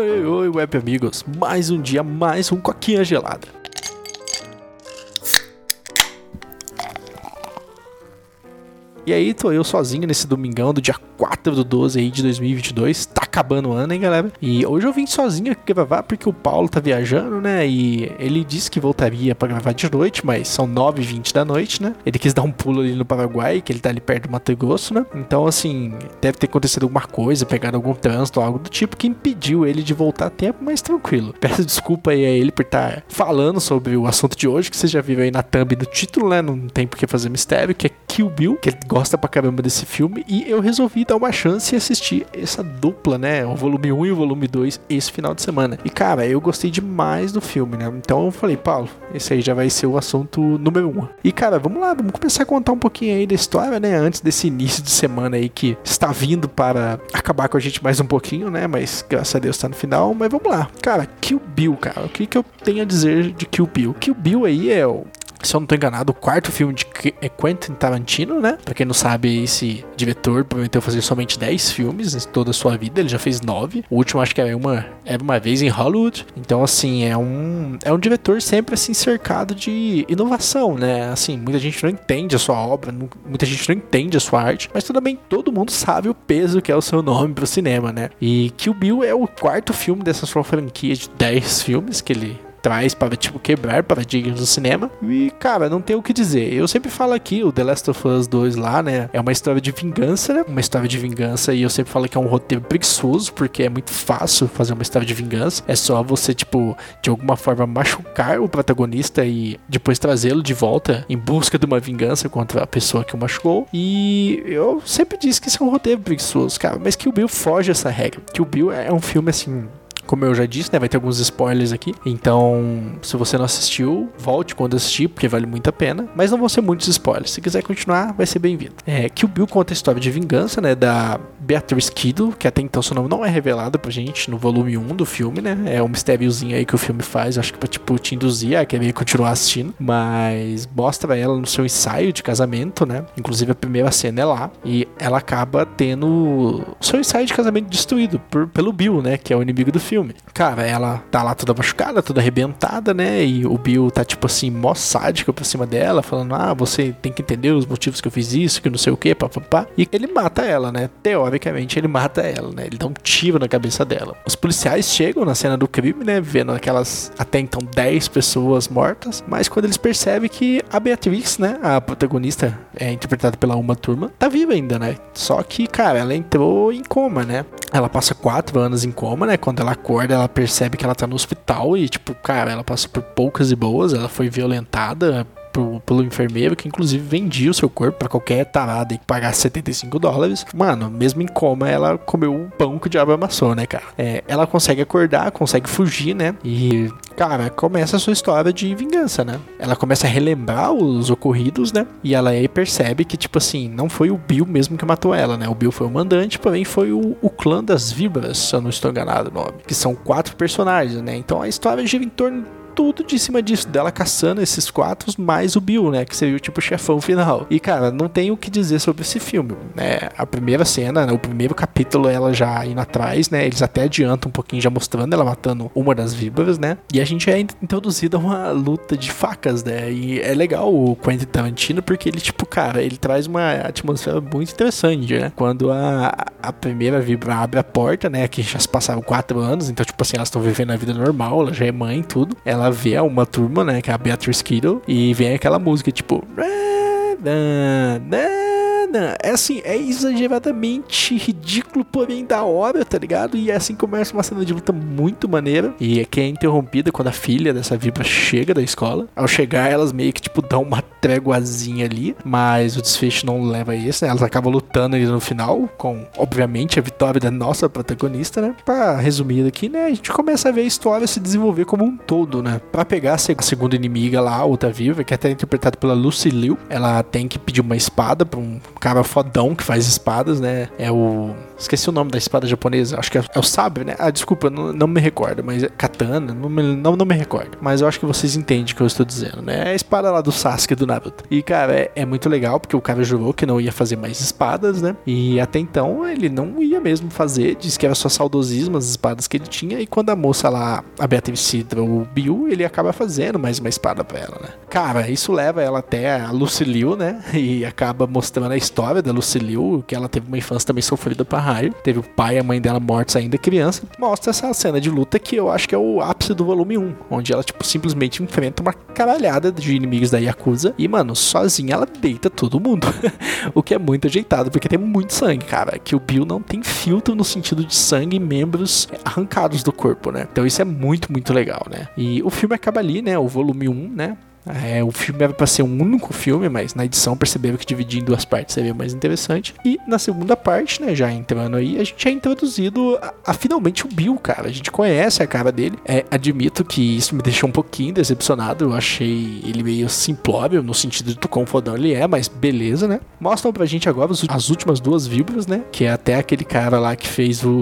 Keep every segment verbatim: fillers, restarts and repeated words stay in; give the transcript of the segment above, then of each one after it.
Oi, oi, web amigos, mais um dia, mais um coquinha gelada. E aí, tô eu sozinho nesse domingão do dia quatro do doze aí de dois mil e vinte e dois. Tá acabando o ano, hein, galera? E hoje eu vim sozinho aqui gravar porque o Paulo tá viajando, né? E ele disse que voltaria pra gravar de noite, mas são nove e vinte da noite, né? Ele quis dar um pulo ali no Paraguai, que ele tá ali perto do Mato Grosso, né? Então, assim, deve ter acontecido alguma coisa, pegado algum trânsito ou algo do tipo que impediu ele de voltar a tempo, mas tranquilo. Peço desculpa aí a ele por estar falando sobre o assunto de hoje, que vocês já viram aí na thumb do título, né? Não tem por que fazer mistério, que é Kill Bill, que ele gosta pra caramba desse filme, e eu resolvi dar uma chance e assistir essa dupla, né, o volume um e o volume dois esse final de semana. E cara, eu gostei demais do filme, né, então eu falei, Paulo, esse aí já vai ser o assunto número um. E cara, vamos lá, vamos começar a contar um pouquinho aí da história, né, antes desse início de semana aí que está vindo para acabar com a gente mais um pouquinho, né, mas graças a Deus tá no final, mas vamos lá. Cara, Kill Bill, cara, o que que eu tenho a dizer de Kill Bill? Kill Bill aí é o, se eu não tô enganado, o quarto filme de Quentin Tarantino, né? Pra quem não sabe, esse diretor prometeu fazer somente dez filmes em toda a sua vida, ele já fez nove. O último acho que era uma, era uma vez em Hollywood. Então, assim, é um, é um diretor sempre, assim, cercado de inovação, né? Assim, muita gente não entende a sua obra, não, muita gente não entende a sua arte, mas também todo mundo sabe o peso que é o seu nome pro cinema, né? E Kill Bill é o quarto filme dessa sua franquia de dez filmes que ele traz para, tipo, quebrar paradigmas do cinema. E, cara, não tem o que dizer. Eu sempre falo aqui, o The Last of Us dois lá, né, é uma história de vingança, né, uma história de vingança, e eu sempre falo que é um roteiro preguiçoso, porque é muito fácil fazer uma história de vingança. É só você, tipo, de alguma forma machucar o protagonista e depois trazê-lo de volta em busca de uma vingança contra a pessoa que o machucou. E eu sempre disse que isso é um roteiro preguiçoso, cara, mas Kill Bill foge essa regra. Kill Bill é um filme, assim, como eu já disse, né, vai ter alguns spoilers aqui, então se você não assistiu, volte quando assistir, porque vale muito a pena, mas não vão ser muitos spoilers. Se quiser continuar, vai ser bem-vindo. É, Kill Bill conta a história de vingança, né, da Beatrice Kiddo, que até então seu nome não é revelado pra gente no volume um do filme, né, é um mistériozinho aí que o filme faz, acho que pra, tipo, te induzir a querer continuar assistindo, mas mostra ela no seu ensaio de casamento, né, inclusive a primeira cena é lá, e ela acaba tendo o seu ensaio de casamento destruído por, pelo Bill, né, que é o inimigo do filme. Cara, ela tá lá toda machucada, toda arrebentada, né? E o Bill tá, tipo assim, mó sádico pra cima dela, falando, ah, você tem que entender os motivos que eu fiz isso, que não sei o que, papapá. E ele mata ela, né? Teoricamente, ele mata ela, né? Ele dá um tiro na cabeça dela. Os policiais chegam na cena do crime, né? Vendo aquelas, até então, dez pessoas mortas. Mas quando eles percebem que a Beatriz, né? A protagonista, é interpretada pela Uma Thurman, tá viva ainda, né? Só que, cara, ela entrou em coma, né? Ela passa quatro anos em coma, né? Quando ela acorda, ela percebe que ela tá no hospital e, tipo, cara, ela passou por poucas e boas, ela foi violentada Pro, pelo enfermeiro, que inclusive vendia o seu corpo pra qualquer tarada e pagasse setenta e cinco dólares. Mano, mesmo em coma, ela comeu o pão que o diabo amassou, né, cara? É, ela consegue acordar, consegue fugir, né? E, cara, começa a sua história de vingança, né? Ela começa a relembrar os ocorridos, né? E ela aí percebe que, tipo assim, não foi o Bill mesmo que matou ela, né? O Bill foi o mandante, porém foi o, o clã das víboras, se eu não estou enganado o nome. Que são quatro personagens, né? Então a história gira em torno tudo de cima disso, dela caçando esses quatro, mais o Bill, né, que seria o tipo chefão final. E, cara, não tem o que dizer sobre esse filme, né, a primeira cena, né, o primeiro capítulo, ela já indo atrás, né, eles até adiantam um pouquinho, já mostrando ela matando uma das víboras, né, e a gente é introduzido a uma luta de facas, né, e é legal o Quentin Tarantino, porque ele, tipo, cara, ele traz uma atmosfera muito interessante, né, quando a, a primeira víbora abre a porta, né, que já se passaram quatro anos, então, tipo assim, elas estão vivendo a vida normal, ela já é mãe e tudo, ela Ela vê Uma Turma, né, que é a Beatrice Kiddo, e vem aquela música, tipo... É assim, é exageradamente ridículo, porém da hora, tá ligado? E assim começa uma cena de luta muito maneira. E é que é interrompida quando a filha dessa víbora chega da escola. Ao chegar, elas meio que, tipo, dão uma tréguazinha ali. Mas o desfecho não leva a isso, né? Elas acabam lutando ali no final, com, obviamente, a vitória da nossa protagonista, né? Pra resumir aqui, né? A gente começa a ver a história se desenvolver como um todo, né? Pra pegar a segunda inimiga lá, a outra viva, que é até interpretada pela Lucy Liu. Ela tem que pedir uma espada pra um cara fodão que faz espadas, né? É o... Esqueci o nome da espada japonesa. Acho que é, é o sabre, né? Ah, desculpa, não, não me recordo. Mas é katana, não me, não, não me recordo. Mas eu acho que vocês entendem o que eu estou dizendo, né? É a espada lá do Sasuke do Naruto. E, cara, é, é muito legal, porque o cara jurou que não ia fazer mais espadas, né? E até então ele não ia mesmo fazer. Disse que era só saudosismo as espadas que ele tinha. E quando a moça lá, a Beatriz cita o Bill, ele acaba fazendo mais uma espada pra ela, né? Cara, isso leva ela até a Lucy Liu, né? E acaba mostrando a história da Lucy Liu, que ela teve uma infância também sofrida pra raio. Teve o pai e a mãe dela mortos ainda criança. Mostra essa cena de luta que eu acho que é o ápice do volume um, onde ela, tipo, simplesmente enfrenta uma caralhada de inimigos da Yakuza e, mano, sozinha ela deita todo mundo. O que é muito ajeitado, porque tem muito sangue, cara. Que o Bill não tem filtro no sentido de sangue e membros arrancados do corpo, né? Então isso é muito, muito legal, né? E o filme acaba ali, né? O volume um, né? É, o filme era pra ser um único filme, mas na edição perceberam que dividir em duas partes seria mais interessante. E na segunda parte, né, já entrando aí, a gente é introduzido a, a finalmente o Bill, cara. A gente conhece a cara dele. É, admito que isso me deixou um pouquinho decepcionado. Eu achei ele meio simplório, no sentido de do quão fodão ele é, mas beleza, né? Mostram pra gente agora os, as últimas duas vibras, né? Que é até aquele cara lá que fez o,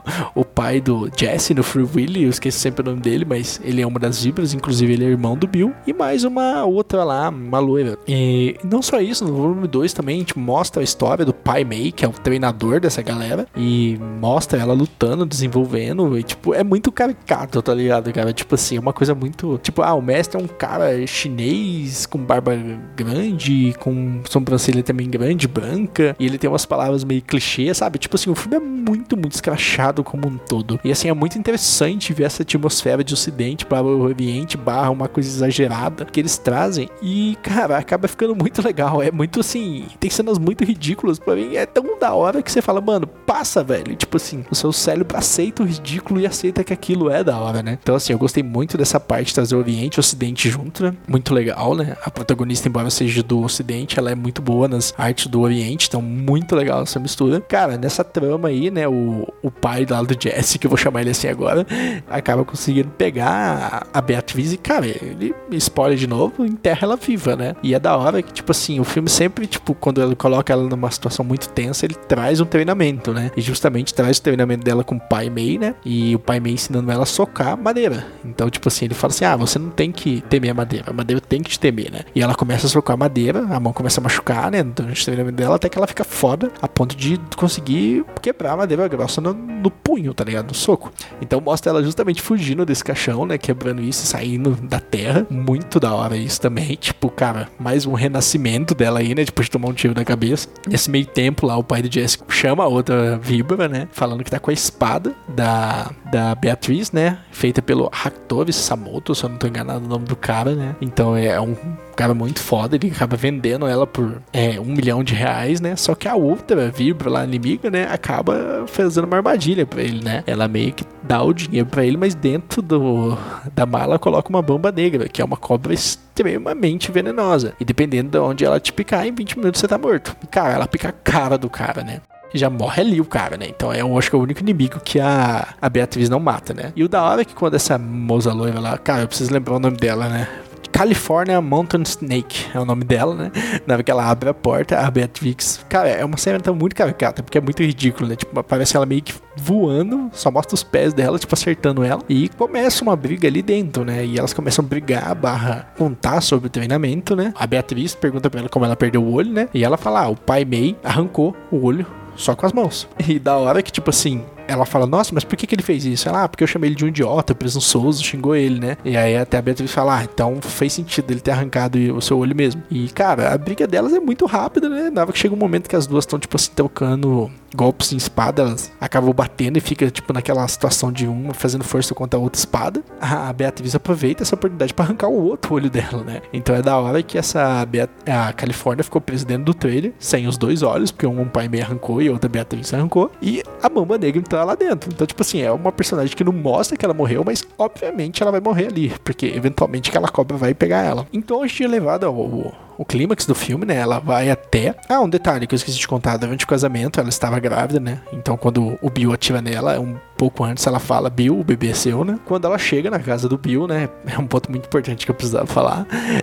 o pai do Jesse no Free Willy. Eu esqueço sempre o nome dele, mas ele é uma das vibras, inclusive ele é irmão do Bill. E mais uma outra lá, uma loira. E não só isso, no volume dois também a gente mostra a história do Pai Mei, que é o treinador dessa galera, e mostra ela lutando, desenvolvendo, e tipo, é muito caricato, tá ligado, cara? Tipo assim, é uma coisa muito, tipo, ah, o mestre é um cara chinês com barba grande, com sobrancelha também grande, branca, e ele tem umas palavras meio clichê, sabe? Tipo assim, o filme é muito, muito escrachado como um todo. E assim, é muito interessante ver essa atmosfera de Ocidente para o Oriente, barra uma coisa exagerada que eles trazem, e cara, acaba ficando muito legal. É muito assim, tem cenas muito ridículas, pra mim é tão da hora que você fala, mano, passa, velho, tipo assim, o seu cérebro aceita o ridículo e aceita que aquilo é da hora, né? Então assim, eu gostei muito dessa parte de trazer o Oriente e o Ocidente junto, né? Muito legal, né? A protagonista, embora seja do Ocidente, ela é muito boa nas artes do Oriente, então muito legal essa mistura. Cara, nessa trama aí, né, o, o pai lá do Jesse, que eu vou chamar ele assim agora, acaba conseguindo pegar a Beatriz e, cara, ele spoiler de novo, enterra ela viva, né? E é da hora que, tipo assim, o filme sempre, tipo, quando ele coloca ela numa situação muito tensa, ele traz um treinamento, né? E justamente traz o treinamento dela com o Pai Mei, né? E o Pai Mei ensinando ela a socar madeira. Então, tipo assim, ele fala assim, ah, você não tem que temer a madeira, a madeira tem que te temer, né? E ela começa a socar a madeira, a mão começa a machucar, né? Durante o treinamento dela, até que ela fica foda, a ponto de conseguir quebrar a madeira grossa no, no punho, tá ligado? No soco. Então mostra ela justamente fugindo desse caixão, né? Quebrando isso e saindo da terra. Muito da hora isso também, tipo, cara, mais um renascimento dela aí, né, depois de tomar um tiro na cabeça. Nesse meio tempo lá, o pai do Jesse chama a outra víbora, né, falando que tá com a espada da, da Beatriz, né, feita pelo Hattori Samoto, se eu não tô enganado o nome do cara, né, então é um cara muito foda, ele acaba vendendo ela por é, um milhão de reais, né, só que a outra víbora lá, inimiga, né, acaba fazendo uma armadilha pra ele, né, ela meio que dá o dinheiro pra ele, mas dentro do, da mala coloca uma bomba negra, que é uma cobra extremamente venenosa, e dependendo de onde ela te picar, em vinte minutos você tá morto. E, cara, ela pica a cara do cara, né, já morre ali o cara, né? Então é, eu acho que é o único inimigo que a, a Beatriz não mata, né? E o da hora é que quando essa moça loira lá, cara, eu preciso lembrar o nome dela, né? California Mountain Snake é o nome dela, né? Na hora que ela abre a porta, a Beatrix, cara, é uma cena tão muito caricata, porque é muito ridículo, né? Tipo, parece ela meio que voando, só mostra os pés dela, tipo, acertando ela, e começa uma briga ali dentro, né? E elas começam a brigar, barra, contar sobre o treinamento, né? A Beatriz pergunta pra ela como ela perdeu o olho, né? E ela fala, ah, o Pai Mei arrancou o olho só com as mãos. E da hora que, tipo assim, ela fala, nossa, mas por que que ele fez isso? Ela, ah, porque eu chamei ele de um idiota, presunçoso, xingou ele, né? E aí até a Beatriz fala, ah, então fez sentido ele ter arrancado o seu olho mesmo. E, cara, a briga delas é muito rápida, né? Na hora que chega um momento que as duas estão, tipo assim, trocando golpes em espada, elas acabam batendo e fica, tipo, naquela situação de uma fazendo força contra a outra espada. A Beatriz aproveita essa oportunidade pra arrancar o outro olho dela, né? Então é da hora que essa Beat a Califórnia ficou presa dentro do trailer, sem os dois olhos, porque um pai meio arrancou e a outra Beatriz arrancou, e a Mamba Negra então lá dentro. Então, tipo assim, é uma personagem que não mostra que ela morreu, mas obviamente ela vai morrer ali, porque eventualmente aquela cobra vai pegar ela. Então a gente é levado ao o clímax do filme, né? Ela vai até... Ah, um detalhe que eu esqueci de contar. Durante o casamento, ela estava grávida, né? Então, quando o Bill atira nela, um pouco antes ela fala, Bill, o bebê é seu, né? Quando ela chega na casa do Bill, né? É um ponto muito importante que eu precisava falar.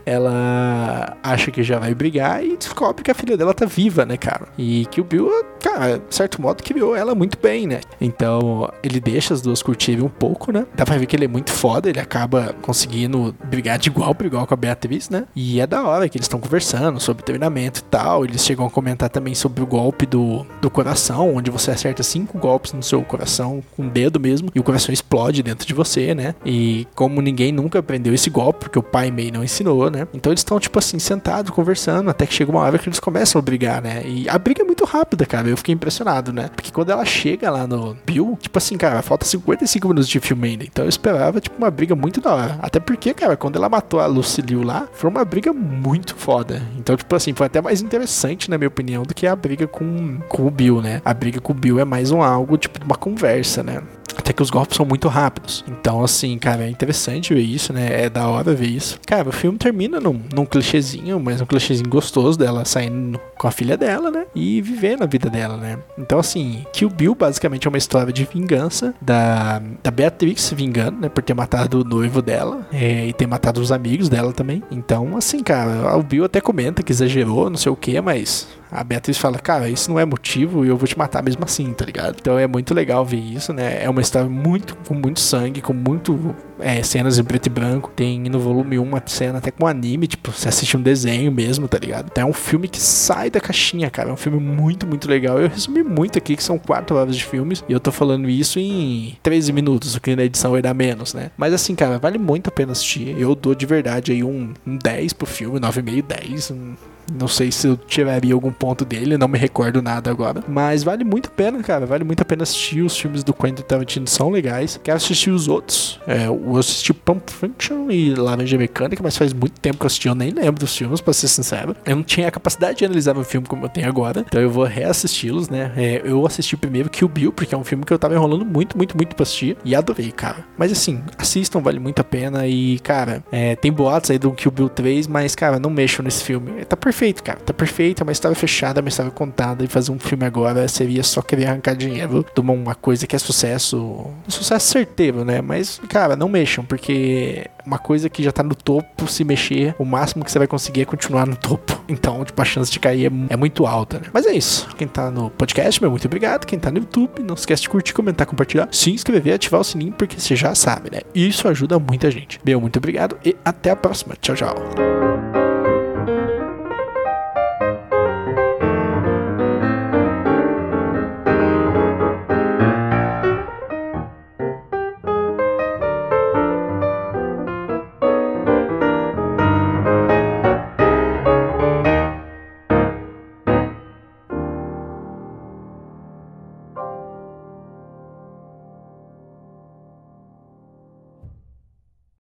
Ela acha que já vai brigar e descobre que a filha dela tá viva, né, cara? E que o Bill, cara, de certo modo, criou ela muito bem, né? Então, ele deixa as duas curtirem um pouco, né? Dá pra ver que ele é muito foda, ele acaba conseguindo brigar de igual pra igual com a Beatriz, né? E é da hora que eles estão conversando sobre treinamento e tal. Eles chegam a comentar também sobre o golpe do, do coração, onde você acerta cinco golpes no seu coração, com o dedo mesmo, e o coração explode dentro de você, né? E como ninguém nunca aprendeu esse golpe, porque o pai meio não ensinou, né? Então eles estão, tipo assim, sentados, conversando, até que chega uma hora que eles começam a brigar, né? E a briga é muito rápida, cara. Eu fiquei impressionado, né? Porque quando ela chega lá no Bill, tipo assim, cara, falta cinquenta e cinco minutos de filme ainda. Então eu esperava, tipo, uma briga muito da hora. Até porque, cara, quando ela matou a Lucy Liu lá, foi uma briga muito foda. Então, tipo assim, foi até mais interessante, na minha opinião, do que a briga com, com o Bill, né? A briga com o Bill é mais um algo, tipo, uma conversa, né? Até que os golpes são muito rápidos. Então, assim, cara, é interessante ver isso, né? É da hora ver isso. Cara, o filme termina num, num clichêzinho, mas um clichêzinho gostoso dela saindo com a filha dela, né? E vivendo a vida dela, né? Então, assim, Kill Bill basicamente é uma história de vingança da, da Beatriz se vingando, né? Por ter matado o noivo dela é, e ter matado os amigos dela também. Então, assim, cara, o Bill até comenta que exagerou, não sei o que, mas... A Beatriz fala, cara, isso não é motivo e eu vou te matar mesmo assim, tá ligado? Então é muito legal ver isso, né? É uma história muito, com muito sangue, com muito é, cenas em preto e branco. Tem no volume um uma cena até com anime, tipo, você assiste um desenho mesmo, tá ligado? Então é um filme que sai da caixinha, cara. É um filme muito, muito legal. Eu resumi muito aqui, que são quatro horas de filmes, e eu tô falando isso em treze minutos, o que na edição vai dar menos, né? Mas assim, cara, vale muito a pena assistir. Eu dou de verdade aí um, um dez pro filme, nove vírgula cinco, dez, um... Não sei se eu tiraria algum ponto dele, não me recordo nada agora. Mas vale muito a pena, cara. Vale muito a pena assistir. Os filmes do Quentin Tarantino são legais. Quero assistir os outros. É, eu assisti Pulp Fiction e Laranja Mecânica, mas faz muito tempo que eu assisti. Eu nem lembro dos filmes, pra ser sincero. Eu não tinha a capacidade de analisar meu filme como eu tenho agora. Então eu vou reassisti-los, né? É, eu assisti primeiro Kill Bill, porque é um filme que eu tava enrolando muito, muito, muito pra assistir. E adorei, cara. Mas assim, assistam, vale muito a pena. E, cara, é, tem boatos aí do Kill Bill três, mas, cara, não mexam nesse filme. Tá perfeito. Perfeito, cara, tá perfeito, é uma história fechada, é uma história contada, e fazer um filme agora seria só querer arrancar dinheiro de uma coisa que é sucesso, um sucesso certeiro, né? Mas, cara, não mexam, porque uma coisa que já tá no topo, se mexer, o máximo que você vai conseguir é continuar no topo. Então, tipo, a chance de cair é, é muito alta, né? Mas é isso. Quem tá no podcast, meu muito obrigado. Quem tá no YouTube, não esquece de curtir, comentar, compartilhar, se inscrever, ativar o sininho, porque você já sabe, né? Isso ajuda muita gente. Meu muito obrigado e até a próxima. Tchau, tchau.